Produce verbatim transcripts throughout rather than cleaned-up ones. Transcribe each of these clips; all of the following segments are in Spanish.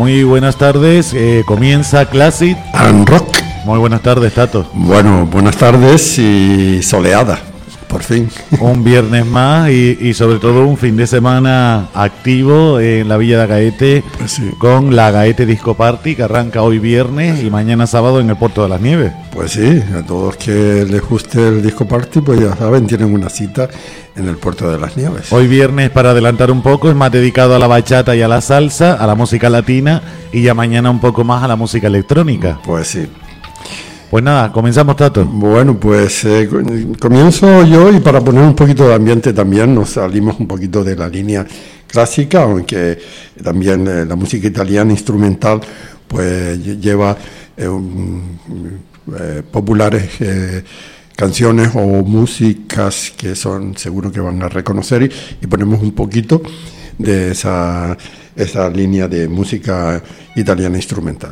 Muy buenas tardes, eh, comienza Classic and Rock. Muy buenas tardes, Tato. Bueno, buenas tardes y soleada, por fin. Un viernes más y, y sobre todo un fin de semana activo en la Villa de Agaete, Pues sí. con la Agaete Disco Party que arranca hoy viernes y mañana sábado en el Puerto de las Nieves. Pues sí, a todos que les guste el disco party, pues ya saben, tienen una cita en el Puerto de las Nieves. Hoy viernes, para adelantar un poco, es más dedicado a la bachata y a la salsa, a la música latina, y ya mañana un poco más a la música electrónica. Pues sí. Pues nada, comenzamos, Tato. Bueno, pues eh, comienzo yo, y para poner un poquito de ambiente también nos salimos un poquito de la línea clásica, aunque también eh, la música italiana instrumental pues lleva eh, un, eh, populares eh, canciones o músicas que son seguro que van a reconocer, y, y ponemos un poquito de esa, esa línea de música italiana instrumental.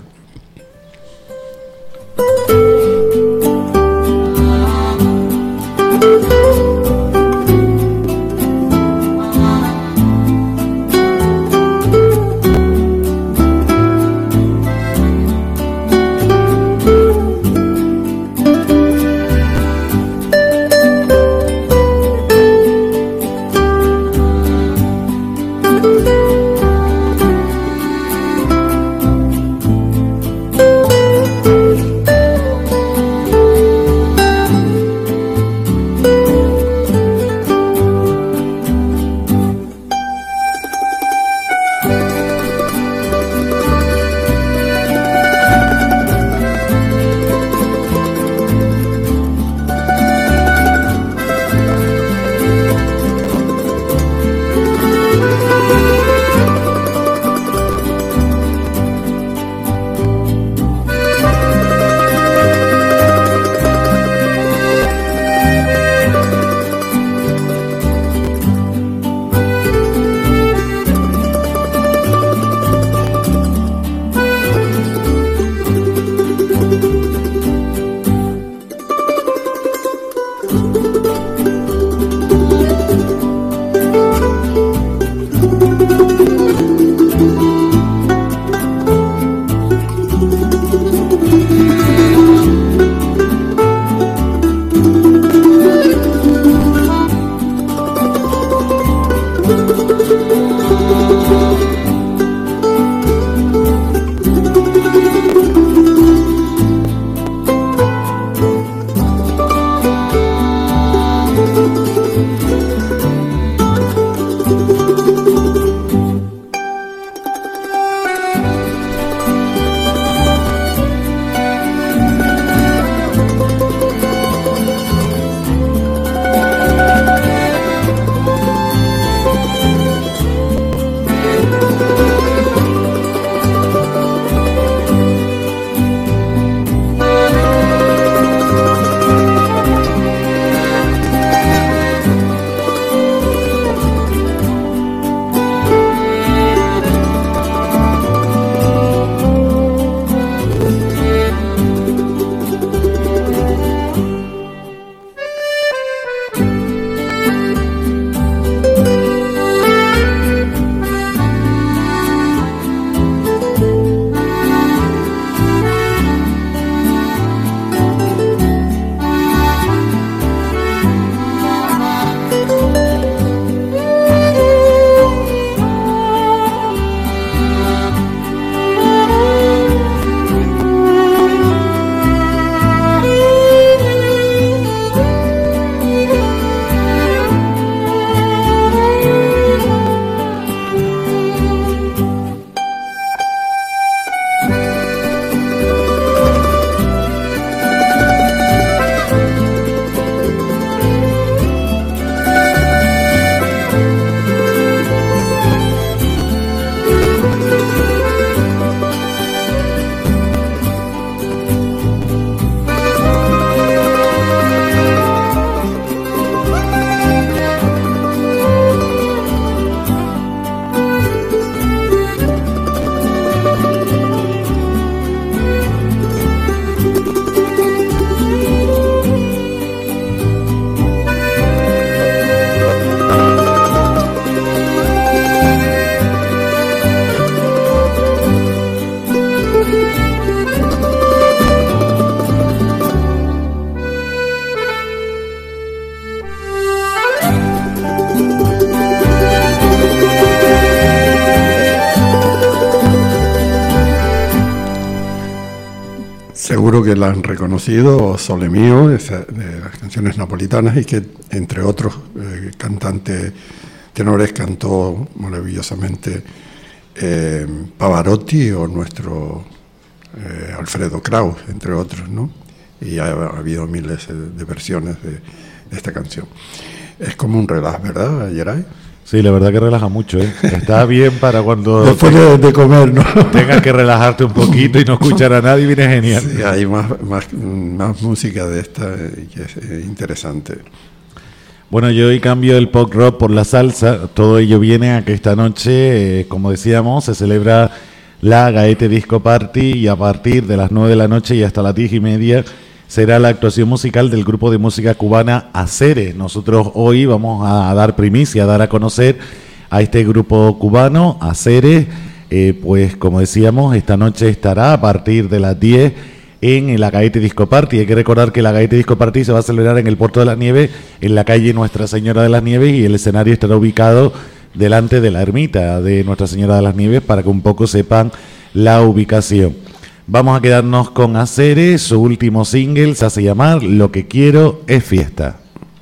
que la han reconocido, Sole Mio, de las canciones napolitanas, y que entre otros eh, cantantes tenores cantó maravillosamente eh, Pavarotti o nuestro eh, Alfredo Kraus, entre otros, ¿no? Y ha, ha habido miles de versiones de, de esta canción. Es como un relax, ¿verdad, Geray? Sí, la verdad que relaja mucho, ¿eh? Está bien para cuando... Después de, de comer, ¿no? Tengas que relajarte un poquito y no escuchar a nadie, viene genial. Sí, hay más, más, más música de esta que es eh, interesante. Bueno, yo hoy cambio el pop rock por la salsa. Todo ello viene a que esta noche, eh, como decíamos, se celebra la Gaete Disco Party, y a partir de las nueve de la noche y hasta las diez y media será la actuación musical del grupo de música cubana Acere. Nosotros hoy vamos a dar primicia, a dar a conocer a este grupo cubano, Acere. Eh, pues como decíamos, esta noche estará a partir de las diez en la Gaete Disco Party. Hay que recordar que la Gaete Disco Party se va a celebrar en el Puerto de las Nieves, en la calle Nuestra Señora de las Nieves, y el escenario estará ubicado delante de la ermita de Nuestra Señora de las Nieves, para que un poco sepan la ubicación. Vamos a quedarnos con Acere. Su último single se hace llamar Lo que quiero es fiesta.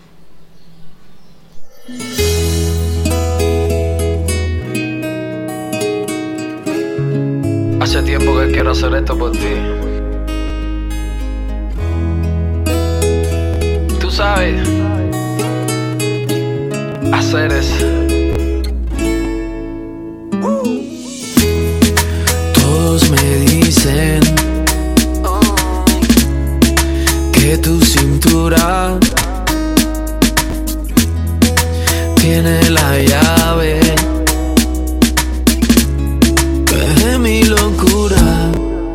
Hace tiempo que quiero hacer esto por ti. Tú sabes, hacer es. Todos me dicen que tu cintura tiene la llave de mi locura.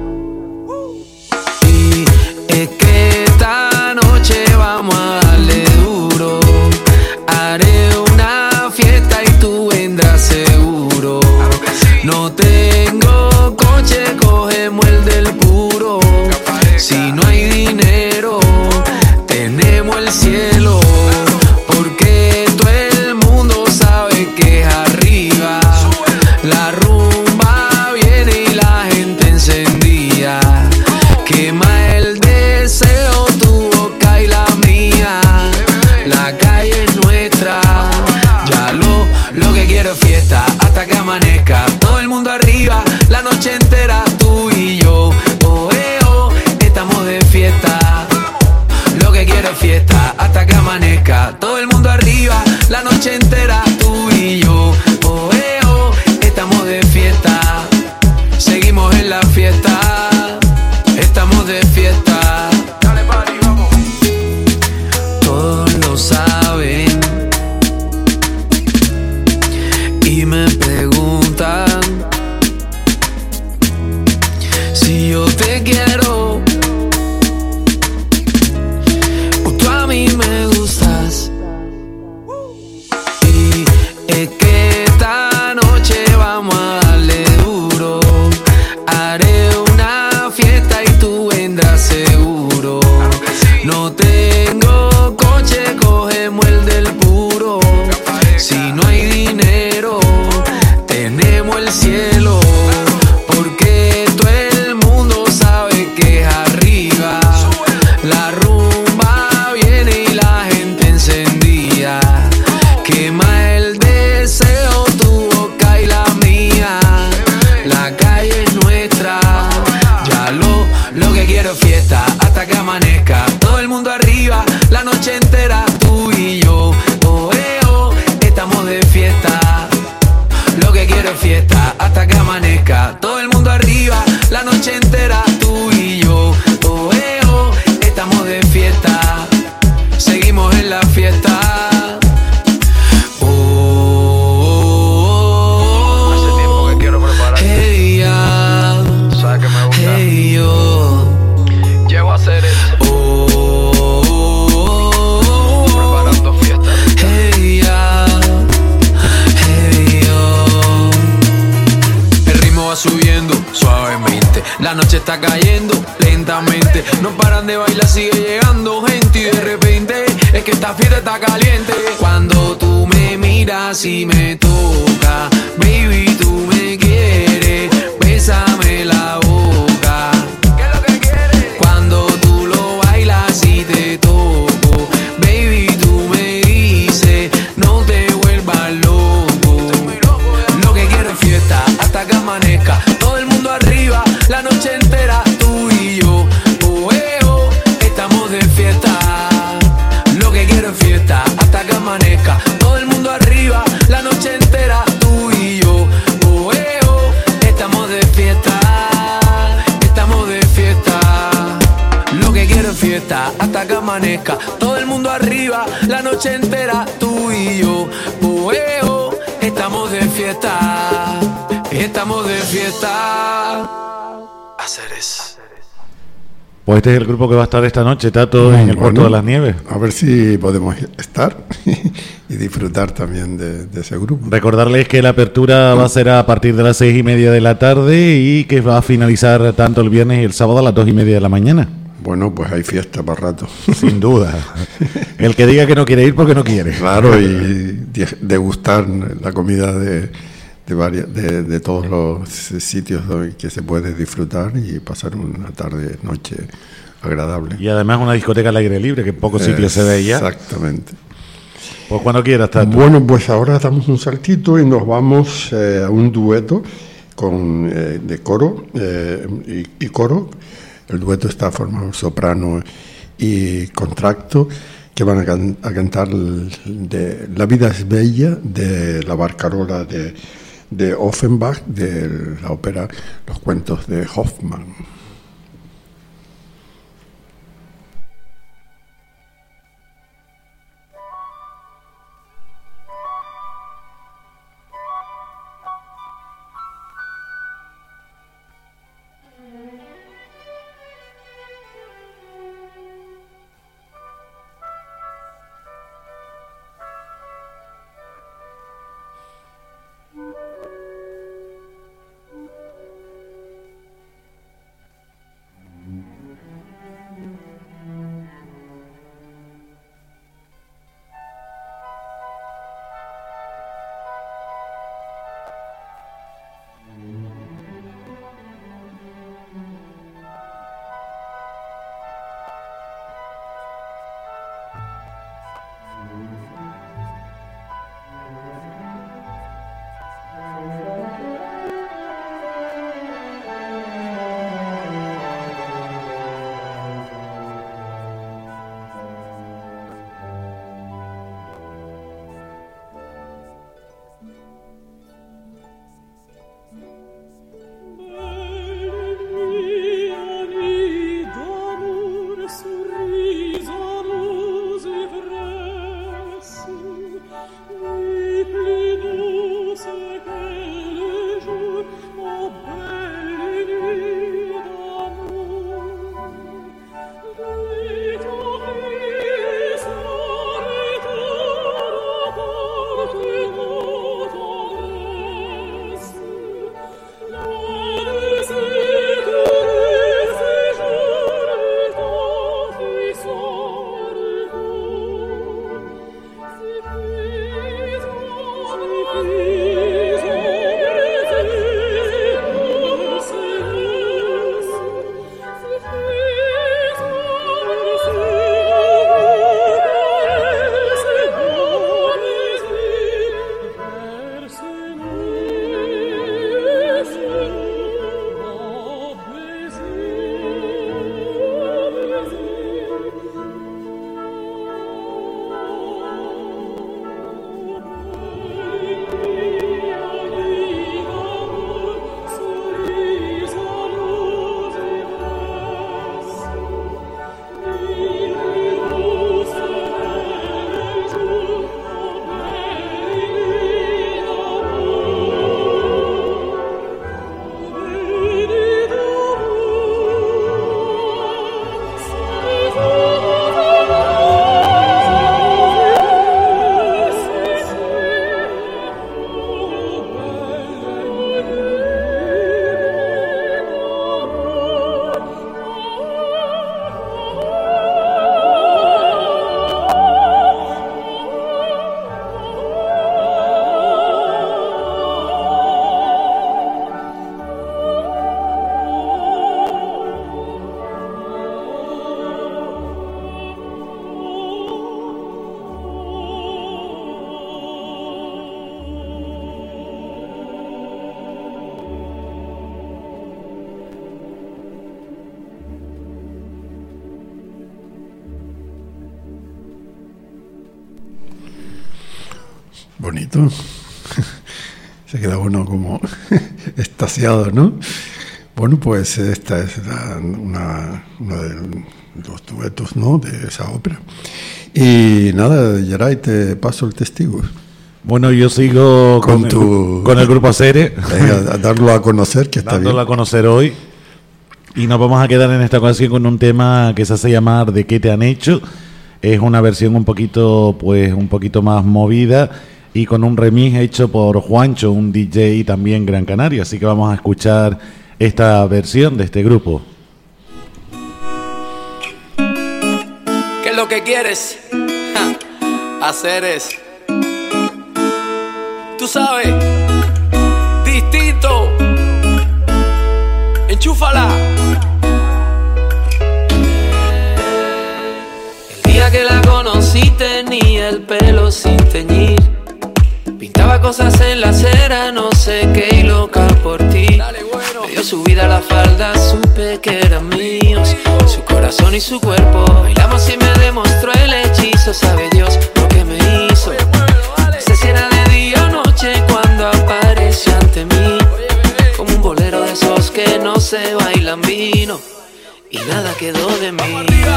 Y es que esta noche vamos a darle duro. Haré una fiesta y tú vendrás seguro. No tengo coche, cogemos el del puro. Si no hay dinero, tenemos el cielo. Porque todo el mundo sabe que es arriba. La rumba viene y la gente encendida. Quema el deseo, tu boca y la mía. La calle es nuestra. Ya lo, lo que quiero es fiesta hasta que amanezca. Todo el mundo arriba, la noche entera, tú y yo. Oh, eh, oh, estamos de fiesta. Lo que quiero es fiesta hasta que amanezca. Todo el mundo arriba, la noche entera, tú y yo. Oh, eh, oh, estamos de fiesta. Seguimos en la fiesta. Estamos de fiesta. Dale, party, vamos. Todos lo saben y me preguntan si yo te quiero o tú a mí me gustas. Y es que esta noche vamos a darle duro. Haré una fiesta y tú vendrás seguro. No tengo coche, cogemos el del puro. Si no hay dinero, tenemos el cielo. Porque todo el mundo sabe que es arriba. La rumba viene y la gente encendida. Quema el deseo, tu boca y la mía. La calle es nuestra. Ya lo, lo que quiero es fiesta hasta que amanezca. Todo el mundo arriba, la noche entera, tú y yo. Oh, eh, oh, estamos de fiesta. Lo que quiero es fiesta hasta que amanezca. Todo el mundo arriba, la noche entera, tú y yo. Oh, eh, oh, estamos de fiesta. Seguimos en la fiesta. Oh, oh, oh. Hace tiempo que quiero preparar. Hey, ya. Sabes que me gusta. Hey, yo. Llevo a hacer eso. Oh, oh, oh, oh. Preparando fiesta. Hey, ya. Hey, yo. El ritmo va subiendo suavemente. La noche está cayendo lentamente. No paran de bailar, sigue llegando gente. Y de repente es que esta fiesta está caliente. Cuando tú me miras y me tocas, baby, tú me quieres, bésame la boca. ¿Qué es lo que quieres? Cuando que quiero es fiesta hasta que amanezca. Todo el mundo arriba, la noche entera, tú y yo. Oh, eh, oh, estamos de fiesta, estamos de fiesta. Haceres. Pues este es el grupo que va a estar esta noche, Tato, en el Bueno, Puerto de las Nieves. A ver si podemos estar y disfrutar también de, de ese grupo. Recordarles que la apertura va a ser a partir de las seis y media de la tarde y que va a finalizar tanto el viernes y el sábado a las dos y media de la mañana. Bueno, pues hay fiesta para rato. Sin duda. El que diga que no quiere ir porque no quiere. Claro, y degustar la comida de, de, varias, de, de todos los sitios donde que se puede disfrutar y pasar una tarde, noche agradable. Y además una discoteca al aire libre, que en pocos sitios se ve ya. Exactamente. Pues cuando quieras, Tato. Bueno, pues ahora damos un saltito y nos vamos eh, a un dueto con eh, de coro eh, y, y coro. El dueto está formado soprano y contralto, que van a, can- a cantar de La vida es bella, de la barcarola de, de Offenbach, de la ópera Los cuentos de Hoffmann. Bonito. Se queda uno como extasiado, ¿no? Bueno, pues esta es la, una, una de los duetos, ¿no?, de esa ópera. Y nada, Geray, te paso el testigo. Bueno, yo sigo con, con, tu, el, con el grupo Acere. Venga, a darlo a conocer, que está Dándolo bien. a conocer hoy. Y nos vamos a quedar en esta ocasión con un tema que se hace llamar ¿De qué te han hecho? Es una versión un poquito, pues, un poquito más movida y con un remix hecho por Juancho, un D J y también Gran Canaria. Así que vamos a escuchar esta versión de este grupo. ¿Qué es lo que quieres? Ja, hacer es, tú sabes, distinto. Enchúfala. El día que la conocí tenía el pelo sin teñir, pintaba cosas en la acera, no sé qué, y loca por ti. Me dio su vida a la falda, supe que eran míos, su corazón y su cuerpo. Bailamos y me demostró el hechizo, sabe Dios lo que me hizo. No sé si era de día o noche cuando apareció ante mí, como un bolero de esos que no se bailan, vino y nada quedó de mí.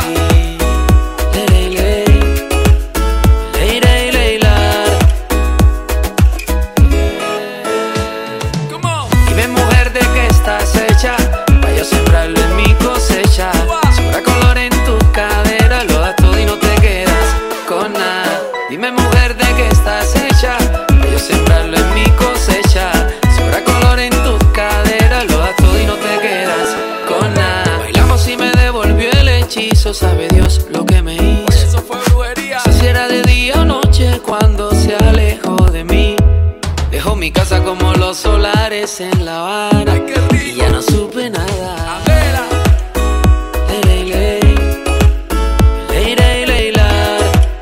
Ley, ley, ley, ley, ley, la. Dime, mujer, ¿de qué estás hecha? Pa' yo sembrarlo en mi cosecha. Sobra color en tu cadera, lo das todo y no te quedas con nada. Dime, mujer, ¿de qué estás hecha? Pa' yo sembrarlo en mi cosecha. Sobra color en tu cadera, lo das todo y no te quedas con nada. Bailamos y me devolvió el hechizo, sabe Dios lo que me hizo. Eso fue brujería. No sé si era de día o noche cuando se alejó de mí. Dejó mi casa como los solares en La Habana. Ay, y ya no supe nada. Ley, ley, ley. Ley, ley, ley, la.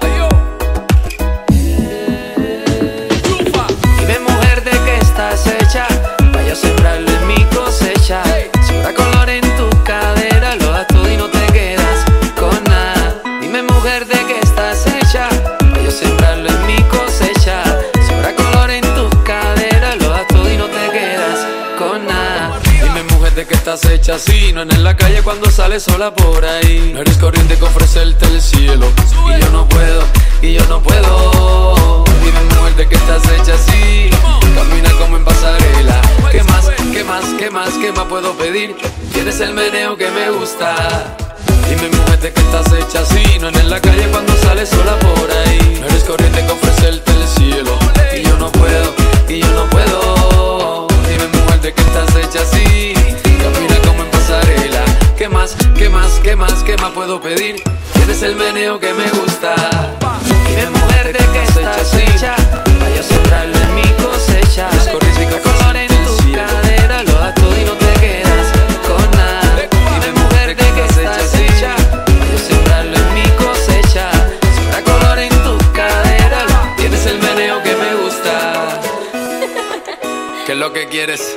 Dime, mujer, ¿de qué estás hecha? Pa' yo sembrarlo en mi cosecha. Sobra color en tu cadera, lo das todo y no te quedas con nada. Dime, mujer, ¿de qué estás hecha? Pa' yo sembrarlo en mi cosecha. Sobra color en tu cadera, lo das todo y no te quedas con nada. Dime, mujer, ¿de qué estás hecha? Si no en la calle cuando sales sola por ahí. No eres corriente que ofrecerte el cielo. Y yo no puedo, y yo no puedo. Dime, mujer, ¿de qué estás hecha? Si camina como en pasarela. ¿Qué más, qué más, qué más, qué más puedo pedir? Tienes el meneo que me gusta. Dime, mujer, ¿de qué estás hecha? Si no en la calle cuando sales sola por ahí. No eres corriente que ofrecerte el cielo. Y yo no puedo, y yo no puedo. Dime, mujer, ¿de qué estás hecha? Si camina como en pasarela. ¿Qué más, qué más, qué más, qué más puedo pedir? Tienes el meneo que me gusta. Dime, mujer, ¿de qué estás hecha? Pa' yo sembrarlo en mi cosecha. Sobra color en tu cadera, lo das todo y no te quedas con nada. Dime, mujer, ¿de qué estás hecha? Pa' yo sembrarlo en mi cosecha. Sobra color en tu cadera, tienes el meneo que me gusta. ¿Qué es lo que quieres?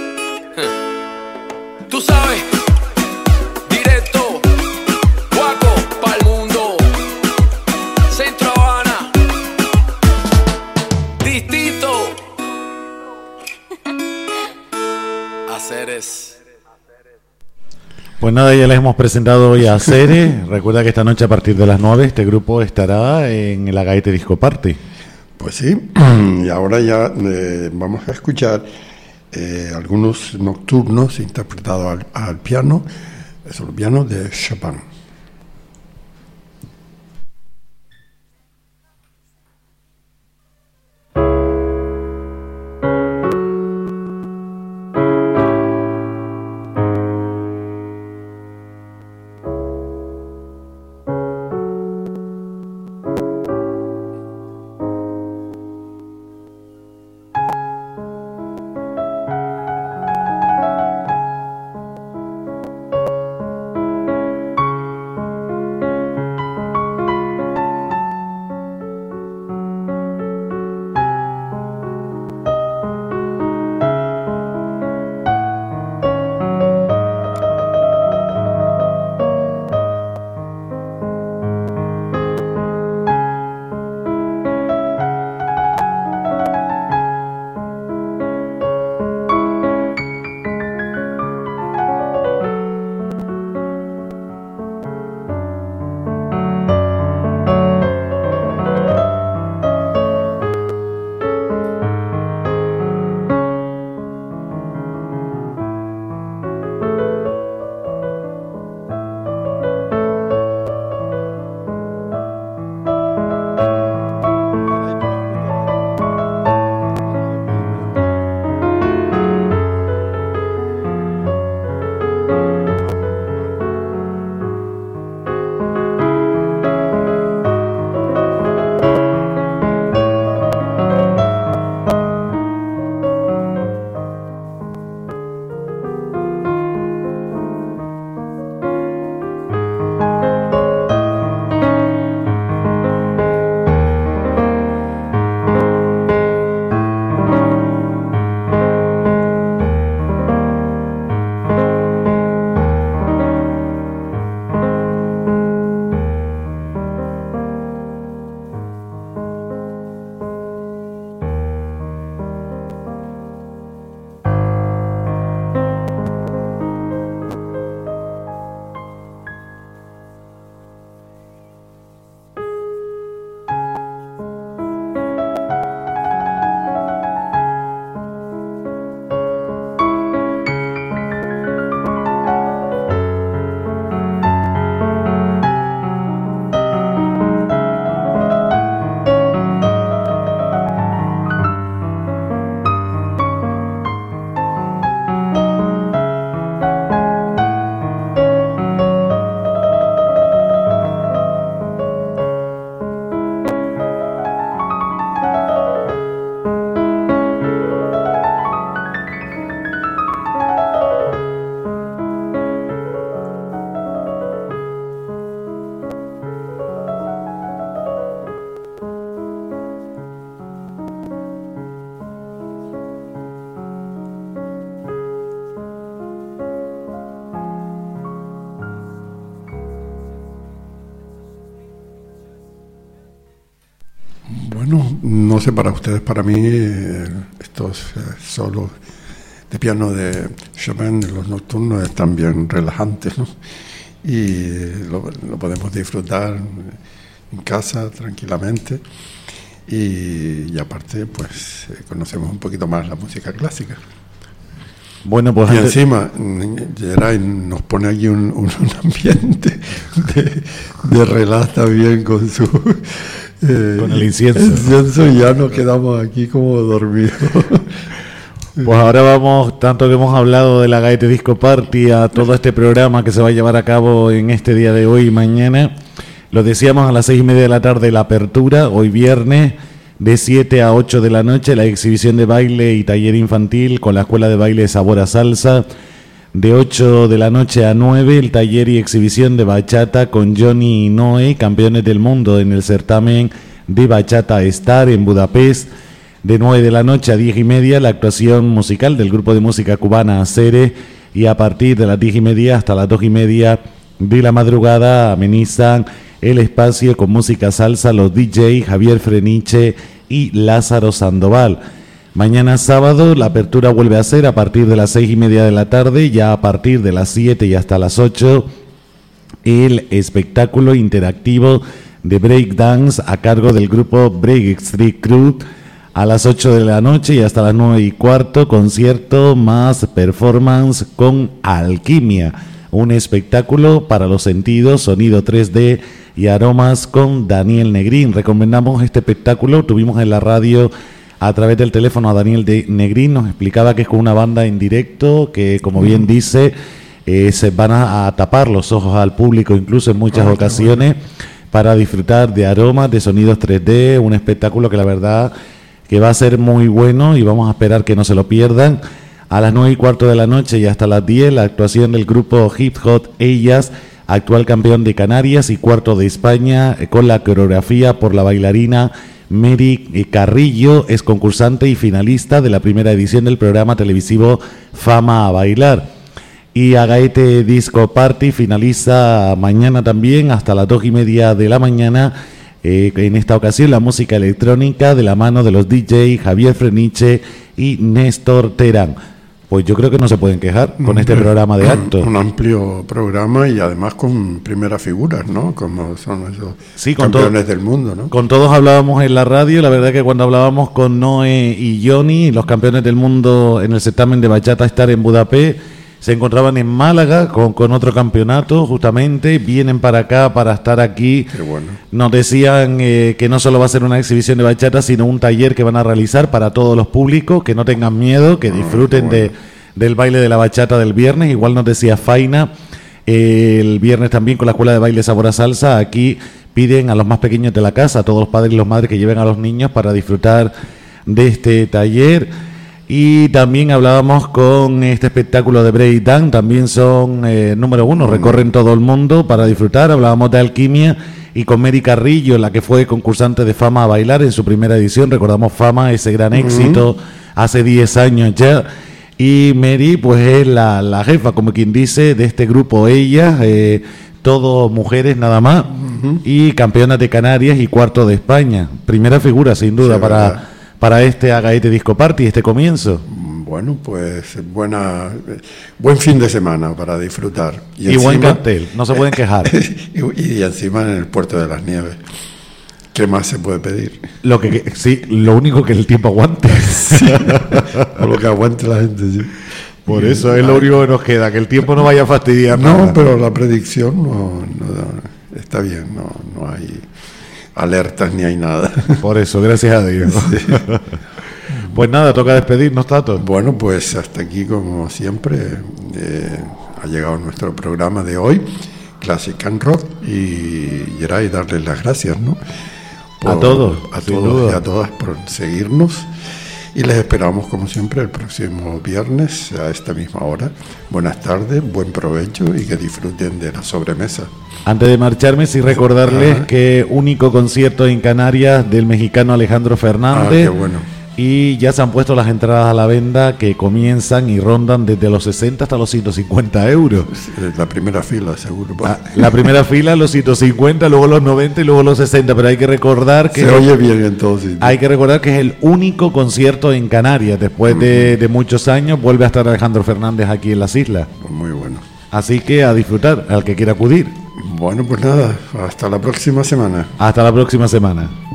Tú sabes, directo, Guaco, pa'l mundo, Centro Habana, distinto, Aceres. Pues nada, ya les hemos presentado hoy a Acere. Recuerda que esta noche a partir de las nueve este grupo estará en la Gaete Disco Party. Pues sí, y ahora ya eh, vamos a escuchar eh, algunos nocturnos interpretados al, al piano, es el piano de Chopin. no sé para ustedes, para mí, eh, estos eh, solos de piano de Chopin de los nocturnos están bien relajantes, ¿no? Y lo, lo podemos disfrutar en casa tranquilamente y, y aparte pues eh, conocemos un poquito más la música clásica. Bueno, pues y antes... encima Geray nos pone aquí un, un, un ambiente de, de relax también con su eh, con el incienso. incienso y ya nos quedamos aquí como dormidos. Pues ahora vamos, tanto que hemos hablado de la Gaete Disco Party, a todo este programa que se va a llevar a cabo en este día de hoy y mañana. Lo decíamos a las seis y media de la tarde la apertura, hoy viernes, de siete a ocho de la noche, la exhibición de baile y taller infantil con la Escuela de Baile Sabor a Salsa. De ocho de la noche a nueve, el taller y exhibición de bachata con Johnny y Noé, campeones del mundo en el certamen de Bachata Star en Budapest. De nueve de la noche a diez y media, la actuación musical del grupo de música cubana Acere, y a partir de las diez y media hasta las dos y media de la madrugada amenizan el espacio con música salsa los D J Javier Freniche y Lázaro Sandoval. Mañana sábado la apertura vuelve a ser a partir de las seis y media de la tarde, ya a partir de las siete y hasta las ocho, el espectáculo interactivo de breakdance a cargo del grupo Break Street Crew. A las ocho de la noche y hasta las nueve y cuarto, concierto más performance con Alquimia, un espectáculo para los sentidos, sonido tres D y aromas con Daniel Negrín. Recomendamos este espectáculo, tuvimos en la radio a través del teléfono a Daniel de Negrín, nos explicaba que es con una banda en directo, que como bien dice, eh, se van a, a tapar los ojos al público incluso en muchas ocasiones para disfrutar de aromas, de sonidos tres D, un espectáculo que la verdad que va a ser muy bueno y vamos a esperar que no se lo pierdan. A las nueve y cuarto de la noche y hasta las diez, la actuación del grupo Hip Hop Ellas, actual campeón de Canarias y cuarto de España, con la coreografía por la bailarina Mary Carrillo, es concursante y finalista de la primera edición del programa televisivo Fama a Bailar. Y a Gaete Disco Party finaliza mañana también hasta las dos y media de la mañana. Eh, en esta ocasión la música electrónica de la mano de los D J Javier Freniche y Néstor Terán. Pues yo creo que no se pueden quejar con este programa de actos. Un amplio programa y además con primeras figuras, ¿no? Como son esos sí, con campeones todo, del mundo, ¿no? Con todos hablábamos en la radio, la verdad que cuando hablábamos con Noé y Johnny, los campeones del mundo en el certamen de Bachata Star en Budapest, se encontraban en Málaga con, con otro campeonato, justamente, vienen para acá para estar aquí. Qué bueno. Nos decían eh, que no solo va a ser una exhibición de bachata, sino un taller que van a realizar para todos los públicos, que no tengan miedo, que disfruten ah, bueno. de, del baile de la bachata del viernes. Igual nos decía Faina, eh, el viernes también con la Escuela de Baile Sabor a Salsa, aquí piden a los más pequeños de la casa, a todos los padres y los madres que lleven a los niños para disfrutar de este taller. Y también hablábamos con este espectáculo de breakdance, también son eh, número uno, recorren todo el mundo para disfrutar. Hablábamos de Alquimia y con Mary Carrillo, la que fue concursante de Fama a Bailar en su primera edición. Recordamos Fama, ese gran éxito uh-huh. hace diez años ya. Y Mary pues es la, la jefa, como quien dice, de este grupo Ella, eh, todo mujeres nada más, uh-huh. y campeonas de Canarias y cuarto de España. Primera figura sin duda sí, para... Verdad. para este Gaete Disco Party, este comienzo. Bueno, pues buena, buen fin de semana para disfrutar. Y, y encima, buen cartel, no se pueden quejar. y, y encima en el Puerto de las Nieves. ¿Qué más se puede pedir? Lo que sí, lo único que el tiempo aguante. Sí, o lo que aguante la gente, sí. Por eso es lo único que nos queda, que el tiempo no vaya a fastidiar no, nada. No, pero la predicción no, no está bien, no, no hay alertas ni hay nada. Por eso, gracias a Dios. Sí. Pues nada, toca despedirnos, Tato. Bueno, pues hasta aquí, como siempre, eh, ha llegado nuestro programa de hoy, Classic and Rock, y Geray, darles las gracias, ¿no? Por, a todos, a todos y a todas por seguirnos. Y les esperamos, como siempre, el próximo viernes a esta misma hora. Buenas tardes, buen provecho y que disfruten de la sobremesa. Antes de marcharme, sí recordarles Ajá. que único concierto en Canarias del mexicano Alejandro Fernández. Ah, qué bueno. Y ya se han puesto las entradas a la venta que comienzan y rondan desde los sesenta hasta los ciento cincuenta euros. La primera fila, seguro. La, la primera fila, los ciento cincuenta, luego los noventa y luego los sesenta. Pero hay que recordar que... Se oye bien entonces. Hay que recordar que es el único concierto en Canarias. Después de, de muchos años vuelve a estar Alejandro Fernández aquí en las islas. Muy bueno. Así que a disfrutar, al que quiera acudir. Bueno, pues nada, hasta la próxima semana. Hasta la próxima semana.